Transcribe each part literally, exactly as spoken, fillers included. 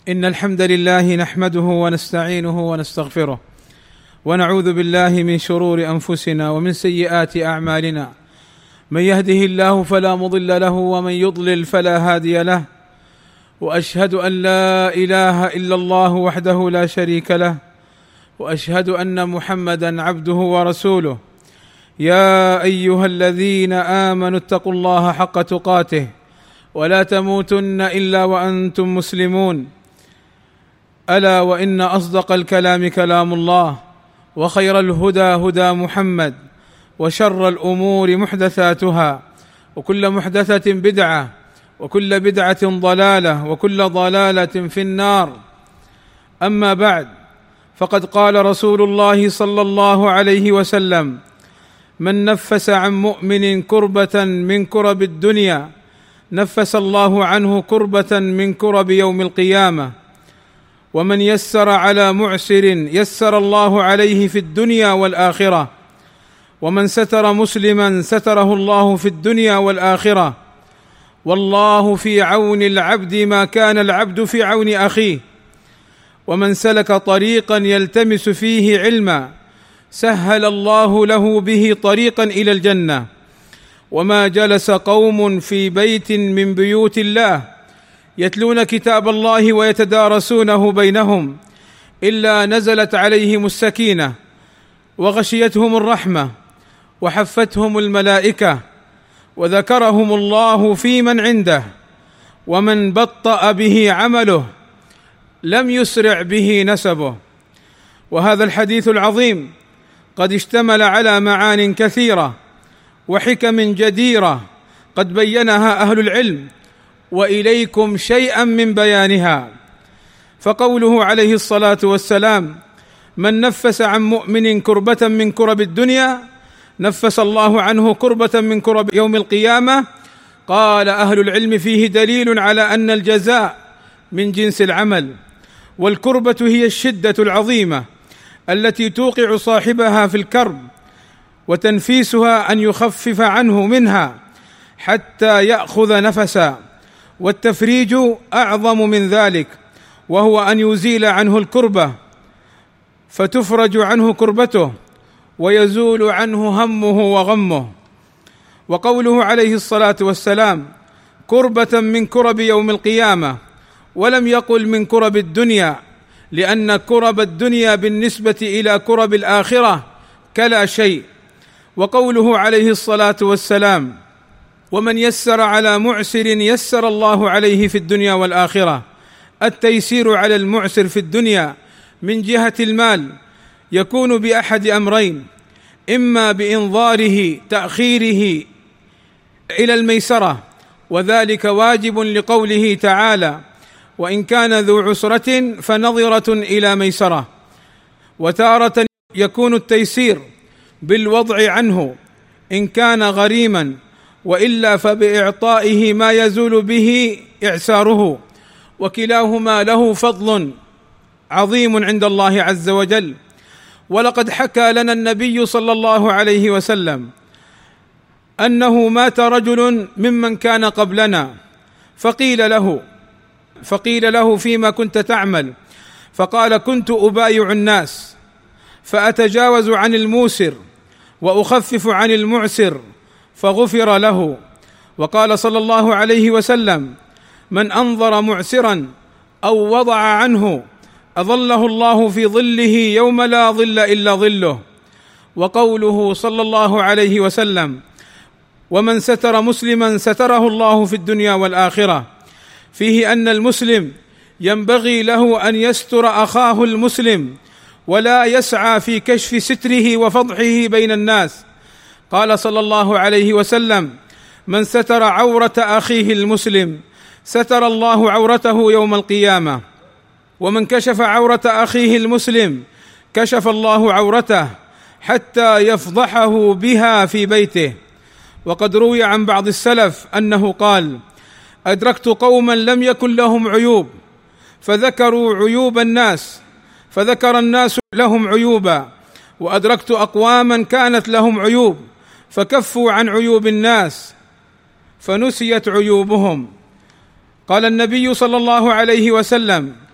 إن الحمد لله نحمده ونستعينه ونستغفره ونعوذ بالله من شرور أنفسنا ومن سيئات أعمالنا، من يهده الله فلا مضل له ومن يضلل فلا هادي له، وأشهد أن لا إله إلا الله وحده لا شريك له، وأشهد أن محمدا عبده ورسوله. يا أيها الذين آمنوا اتقوا الله حق تقاته ولا تموتن إلا وأنتم مسلمون. ألا وإن أصدق الكلام كلام الله، وخير الهدى هدى محمد، وشر الأمور محدثاتها، وكل محدثة بدعة، وكل بدعة ضلالة، وكل ضلالة في النار. أما بعد، فقد قال رسول الله صلى الله عليه وسلم: من نفس عن مؤمن كربة من كرب الدنيا نفس الله عنه كربة من كرب يوم القيامة، ومن يسر على معسر يسر الله عليه في الدنيا والآخرة، ومن ستر مسلما ستره الله في الدنيا والآخرة، والله في عون العبد ما كان العبد في عون أخيه، ومن سلك طريقا يلتمس فيه علما سهل الله له به طريقا إلى الجنة. وما جلس قوم في بيت من بيوت الله يتلون كتاب الله ويتدارسونه بينهم إلا نزلت عليهم السكينة وغشيتهم الرحمة وحفتهم الملائكة وذكرهم الله في من عنده، ومن بطأ به عمله لم يسرع به نسبه. وهذا الحديث العظيم قد اشتمل على معان كثيرة وحكم جديرة قد بينها أهل العلم، وإليكم شيئا من بيانها. فقوله عليه الصلاة والسلام: من نفس عن مؤمن كربة من كرب الدنيا نفس الله عنه كربة من كرب يوم القيامة، قال أهل العلم فيه دليل على أن الجزاء من جنس العمل، والكربة هي الشدة العظيمة التي توقع صاحبها في الكرب، وتنفيسها أن يخفف عنه منها حتى يأخذ نفسا، والتفريج أعظم من ذلك، وهو أن يزيل عنه الكربة فتفرج عنه كربته ويزول عنه همه وغمه. وقوله عليه الصلاة والسلام: كربة من كرب يوم القيامة، ولم يقل من كرب الدنيا، لأن كرب الدنيا بالنسبة إلى كرب الآخرة كلا شيء. وقوله عليه الصلاة والسلام: ومن يسر على معسر يسر الله عليه في الدنيا والآخرة، التيسير على المعسر في الدنيا من جهة المال يكون بأحد أمرين: إما بإنظاره تأخيره إلى الميسرة، وذلك واجب لقوله تعالى: وإن كان ذو عسرة فنظرة إلى ميسرة. وتارة يكون التيسير بالوضع عنه إن كان غريما، وإلا فبإعطائه ما يزول به إعساره، وكلاهما له فضل عظيم عند الله عز وجل. ولقد حكى لنا النبي صلى الله عليه وسلم أنه مات رجل ممن كان قبلنا، فقيل له فقيل له فيما كنت تعمل؟ فقال: كنت أبايع الناس فأتجاوز عن الموسر وأخفف عن المعسر، فغفر له. وقال صلى الله عليه وسلم: من أنظر معسرا أو وضع عنه أظله الله في ظله يوم لا ظل إلا ظله. وقوله صلى الله عليه وسلم: ومن ستر مسلما ستره الله في الدنيا والآخرة، فيه أن المسلم ينبغي له أن يستر أخاه المسلم ولا يسعى في كشف ستره وفضحه بين الناس. قال صلى الله عليه وسلم: من ستر عورة أخيه المسلم ستر الله عورته يوم القيامة، ومن كشف عورة أخيه المسلم كشف الله عورته حتى يفضحه بها في بيته. وقد روي عن بعض السلف أنه قال: أدركت قوما لم يكن لهم عيوب فذكروا عيوب الناس فذكر الناس لهم عيوبا، وأدركت أقواما كانت لهم عيوب فكفوا عن عيوب الناس فنسيت عيوبهم. قال النبي صلى الله عليه وسلم: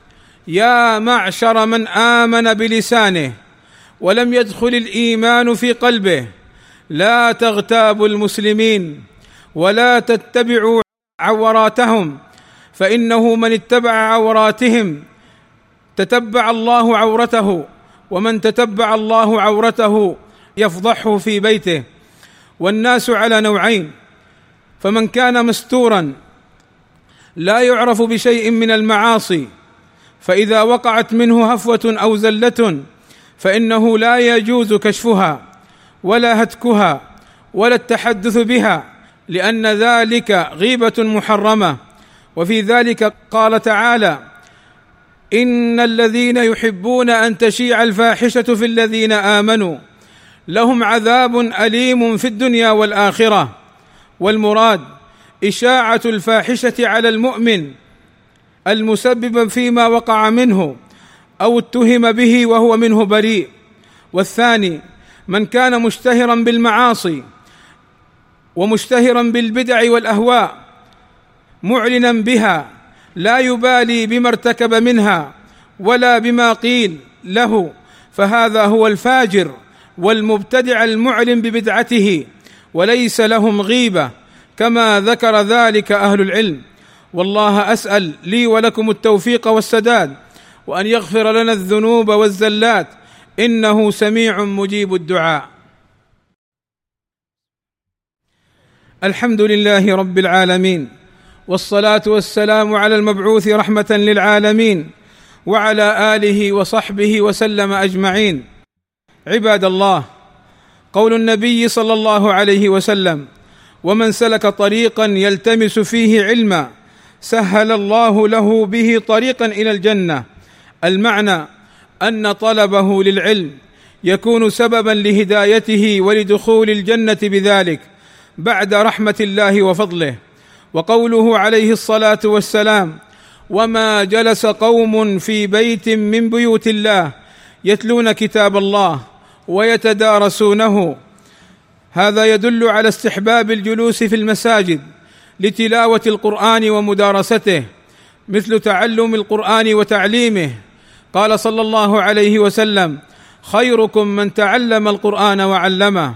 يا معشر من آمن بلسانه ولم يدخل الإيمان في قلبه، لا تغتابوا المسلمين ولا تتبعوا عوراتهم، فإنه من اتبع عوراتهم تتبع الله عورته، ومن تتبع الله عورته يفضحه في بيته. والناس على نوعين: فمن كان مستورا لا يعرف بشيء من المعاصي، فإذا وقعت منه هفوة أو زلة فإنه لا يجوز كشفها ولا هتكها ولا التحدث بها، لأن ذلك غيبة محرمة. وفي ذلك قال تعالى: إن الذين يحبون أن تشيع الفاحشة في الذين آمنوا لهم عذاب أليم في الدنيا والآخرة. والمراد إشاعة الفاحشة على المؤمن المسبب فيما وقع منه أو اتهم به وهو منه بريء. والثاني من كان مشتهرا بالمعاصي ومشتهرا بالبدع والأهواء معلنا بها، لا يبالي بما ارتكب منها ولا بما قيل له، فهذا هو الفاجر والمبتدع المعلن ببدعته، وليس لهم غيبة كما ذكر ذلك أهل العلم. والله أسأل لي ولكم التوفيق والسداد، وأن يغفر لنا الذنوب والزلات، إنه سميع مجيب الدعاء. الحمد لله رب العالمين، والصلاة والسلام على المبعوث رحمة للعالمين، وعلى آله وصحبه وسلم أجمعين. عباد الله، قول النبي صلى الله عليه وسلم: ومن سلك طريقا يلتمس فيه علما سهل الله له به طريقا إلى الجنة. المعنى أن طلبه للعلم يكون سببا لهدايته ولدخول الجنة بذلك بعد رحمة الله وفضله. وقوله عليه الصلاة والسلام: وما جلس قوم في بيت من بيوت الله يتلون كتاب الله ويتدارسونه، هذا يدل على استحباب الجلوس في المساجد لتلاوة القرآن ومدارسته، مثل تعلم القرآن وتعليمه. قال صلى الله عليه وسلم: خيركم من تعلم القرآن وعلمه.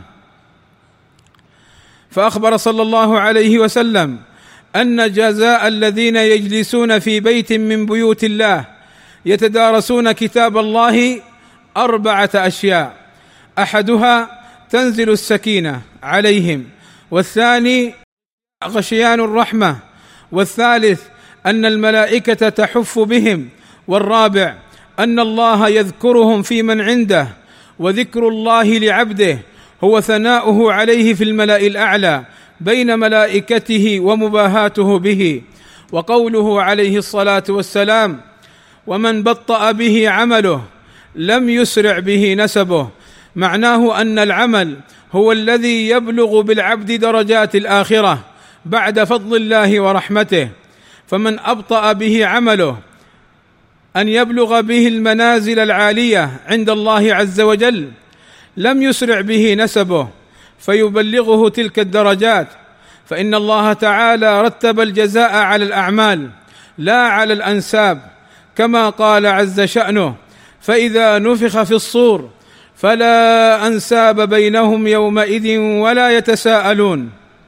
فأخبر صلى الله عليه وسلم أن جزاء الذين يجلسون في بيت من بيوت الله يتدارسون كتاب الله أربعة أشياء: أحدها تنزل السكينة عليهم، والثاني غشيان الرحمة، والثالث أن الملائكة تحف بهم، والرابع أن الله يذكرهم في من عنده، وذكر الله لعبده هو ثناؤه عليه في الملأ الأعلى بين ملائكته ومباهاته به. وقوله عليه الصلاة والسلام: ومن بطأ به عمله لم يسرع به نسبه، معناه أن العمل هو الذي يبلغ بالعبد درجات الآخرة بعد فضل الله ورحمته، فمن أبطأ به عمله أن يبلغ به المنازل العالية عند الله عز وجل لم يسرع به نسبه فيبلغه تلك الدرجات، فإن الله تعالى رتب الجزاء على الأعمال لا على الأنساب، كما قال عز شأنه: فإذا نفخ في الصور فلا أنساب بينهم يومئذ ولا يتساءلون.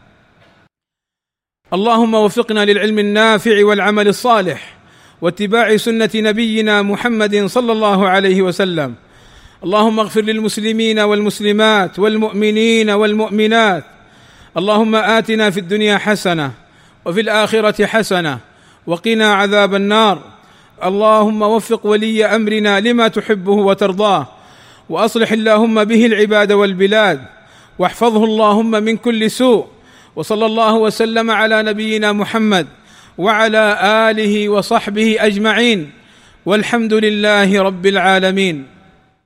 اللهم وفقنا للعلم النافع والعمل الصالح واتباع سنة نبينا محمد صلى الله عليه وسلم. اللهم اغفر للمسلمين والمسلمات والمؤمنين والمؤمنات. اللهم آتنا في الدنيا حسنة وفي الآخرة حسنة وقنا عذاب النار. اللهم وفق ولي أمرنا لما تحبه وترضاه، وأصلح اللهم به العباد والبلاد، واحفظه اللهم من كل سوء. وصلى الله وسلم على نبينا محمد وعلى آله وصحبه أجمعين، والحمد لله رب العالمين.